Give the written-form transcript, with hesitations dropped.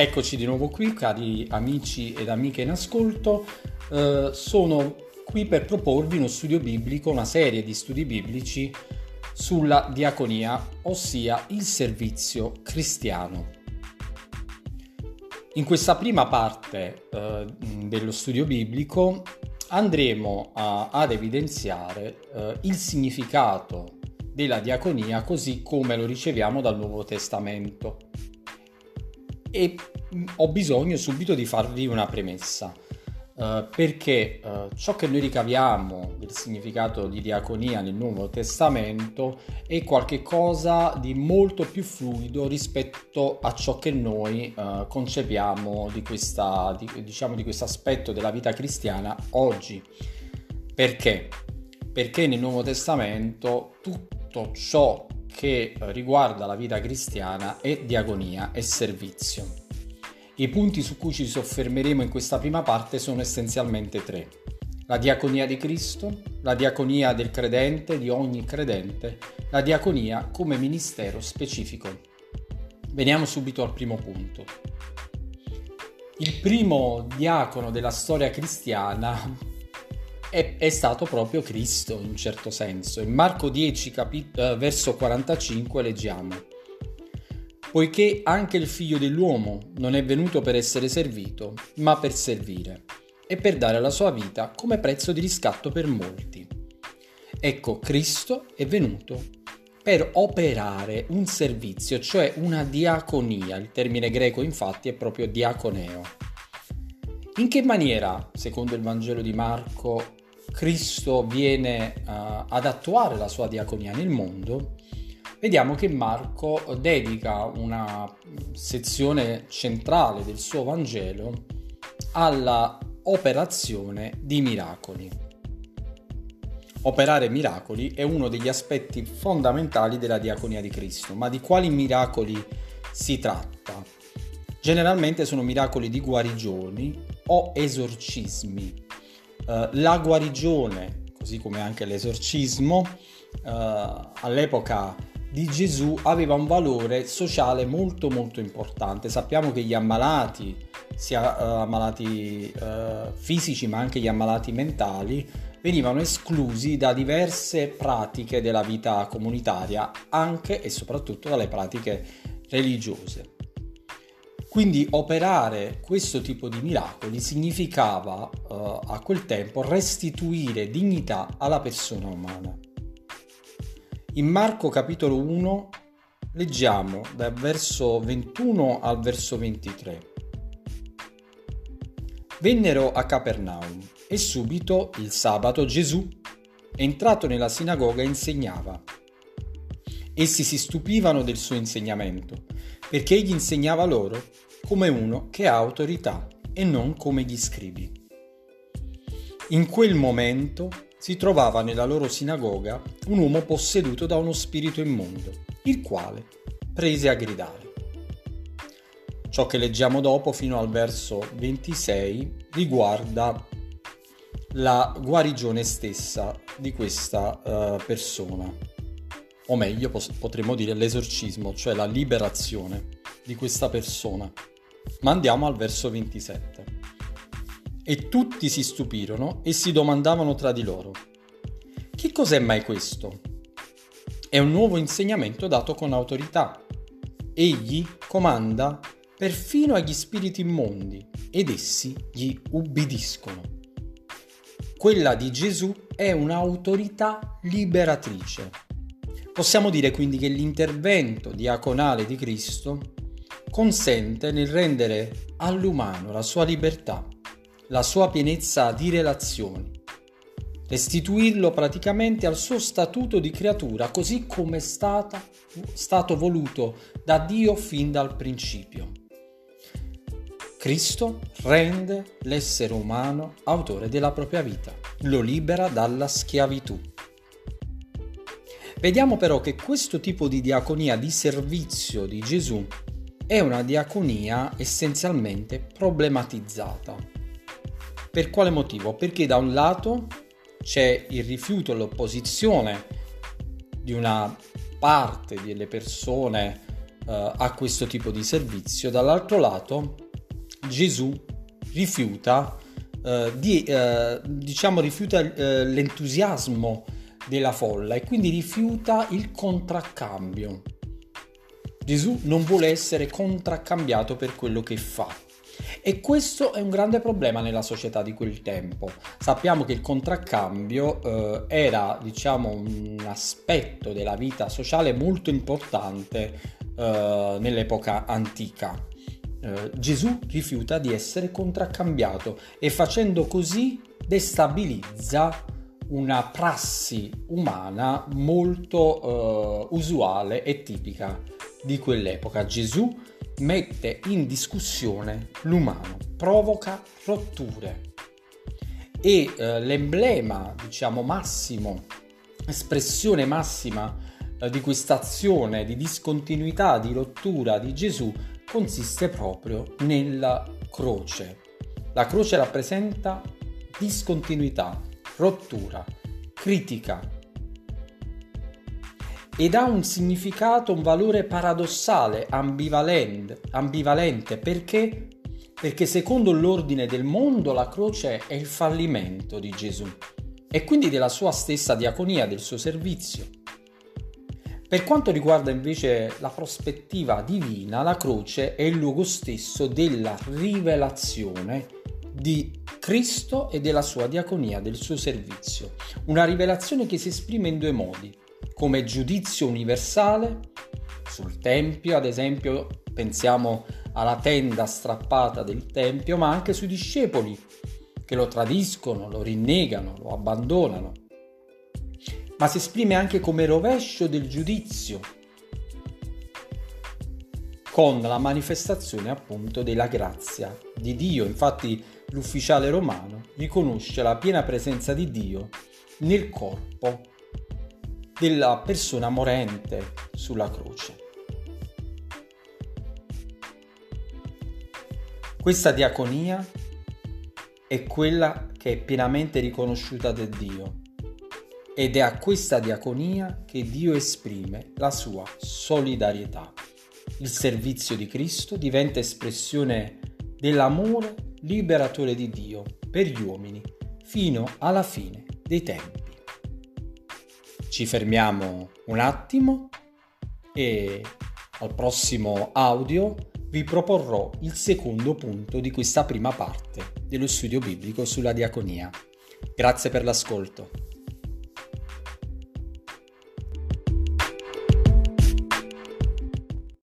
Eccoci di nuovo qui, cari amici ed amiche in ascolto. Sono qui per proporvi uno studio biblico, una serie di studi biblici sulla diaconia, ossia il servizio cristiano. In questa prima parte dello studio biblico andremo ad evidenziare il significato della diaconia così come lo riceviamo dal Nuovo Testamento. E ho bisogno subito di farvi una premessa, perché ciò che noi ricaviamo del significato di diaconia nel Nuovo Testamento è qualche cosa di molto più fluido rispetto a ciò che noi concepiamo di questo aspetto della vita cristiana oggi. Perché? Perché nel Nuovo Testamento tutto ciò che riguarda la vita cristiana è diaconia, è servizio. I punti su cui ci soffermeremo in questa prima parte sono essenzialmente tre: la diaconia di Cristo, la diaconia del credente, di ogni credente, la diaconia come ministero specifico. Veniamo subito al primo punto. Il primo diacono della storia cristiana è stato proprio Cristo, in un certo senso. In Marco 10, verso 45 leggiamo: poiché anche il figlio dell'uomo non è venuto per essere servito, ma per servire, e per dare la sua vita come prezzo di riscatto per molti. Ecco, Cristo è venuto per operare un servizio, cioè una diaconia. Il termine greco infatti è proprio diaconeo. In che maniera, secondo il Vangelo di Marco, Cristo viene ad attuare la sua diaconia nel mondo? Vediamo che Marco dedica una sezione centrale del suo Vangelo alla operazione di miracoli. Operare miracoli è uno degli aspetti fondamentali della diaconia di Cristo. Ma di quali miracoli si tratta? Generalmente sono miracoli di guarigioni o esorcismi. La guarigione, così come anche l'esorcismo, all'epoca di Gesù aveva un valore sociale molto molto importante. Sappiamo che gli ammalati, sia ammalati fisici ma anche gli ammalati mentali, venivano esclusi da diverse pratiche della vita comunitaria, anche e soprattutto dalle pratiche religiose. Quindi operare questo tipo di miracoli significava a quel tempo restituire dignità alla persona umana. In Marco capitolo 1 leggiamo dal verso 21 al verso 23. Vennero a Capernaum e subito il sabato Gesù, entrato nella sinagoga, insegnava. Essi si stupivano del suo insegnamento, perché egli insegnava loro come uno che ha autorità e non come gli scribi. In quel momento si trovava nella loro sinagoga un uomo posseduto da uno spirito immondo, il quale prese a gridare. Ciò che leggiamo dopo, fino al verso 26, riguarda la guarigione stessa di questa persona. O meglio, potremmo dire l'esorcismo, cioè la liberazione di questa persona. Ma andiamo al verso 27. E tutti si stupirono e si domandavano tra di loro: che cos'è mai questo? È un nuovo insegnamento dato con autorità. Egli comanda perfino agli spiriti immondi ed essi gli ubbidiscono. Quella di Gesù è un'autorità liberatrice. Possiamo dire quindi che l'intervento diaconale di Cristo consente nel rendere all'umano la sua libertà, la sua pienezza di relazioni, restituirlo praticamente al suo statuto di creatura, così come è stato voluto da Dio fin dal principio. Cristo rende l'essere umano autore della propria vita, lo libera dalla schiavitù. Vediamo però che questo tipo di diaconia di servizio di Gesù è una diaconia essenzialmente problematizzata. Per quale motivo? Perché da un lato c'è il rifiuto e l'opposizione di una parte delle persone a questo tipo di servizio. Dall'altro lato Gesù rifiuta l'entusiasmo della folla e quindi rifiuta il contraccambio. Gesù non vuole essere contraccambiato per quello che fa. E questo è un grande problema nella società di quel tempo. Sappiamo che il contraccambio era, un aspetto della vita sociale molto importante nell'epoca antica. Gesù rifiuta di essere contraccambiato e facendo così destabilizza una prassi umana molto usuale e tipica di quell'epoca. Gesù mette in discussione l'umano, provoca rotture e l'emblema, massimo, espressione massima di questa azione di discontinuità, di rottura di Gesù consiste proprio nella croce. La croce rappresenta discontinuità, rottura, critica ed ha un significato, un valore paradossale, ambivalente. Perché? Perché secondo l'ordine del mondo la croce è il fallimento di Gesù e quindi della sua stessa diaconia, del suo servizio. Per quanto riguarda invece la prospettiva divina, la croce è il luogo stesso della rivelazione di Cristo e della sua diaconia, del suo servizio. Una rivelazione che si esprime in due modi, come giudizio universale sul Tempio, ad esempio pensiamo alla tenda strappata del Tempio, ma anche sui discepoli che lo tradiscono, lo rinnegano, lo abbandonano. Ma si esprime anche come rovescio del giudizio, con la manifestazione appunto della grazia di Dio. Infatti l'ufficiale romano riconosce la piena presenza di Dio nel corpo della persona morente sulla croce. Questa diaconia è quella che è pienamente riconosciuta da Dio. Ed è a questa diaconia che Dio esprime la sua solidarietà. Il servizio di Cristo diventa espressione dell'amore liberatore di Dio per gli uomini fino alla fine dei tempi. Ci fermiamo un attimo e al prossimo audio vi proporrò il secondo punto di questa prima parte dello studio biblico sulla diaconia. Grazie per l'ascolto.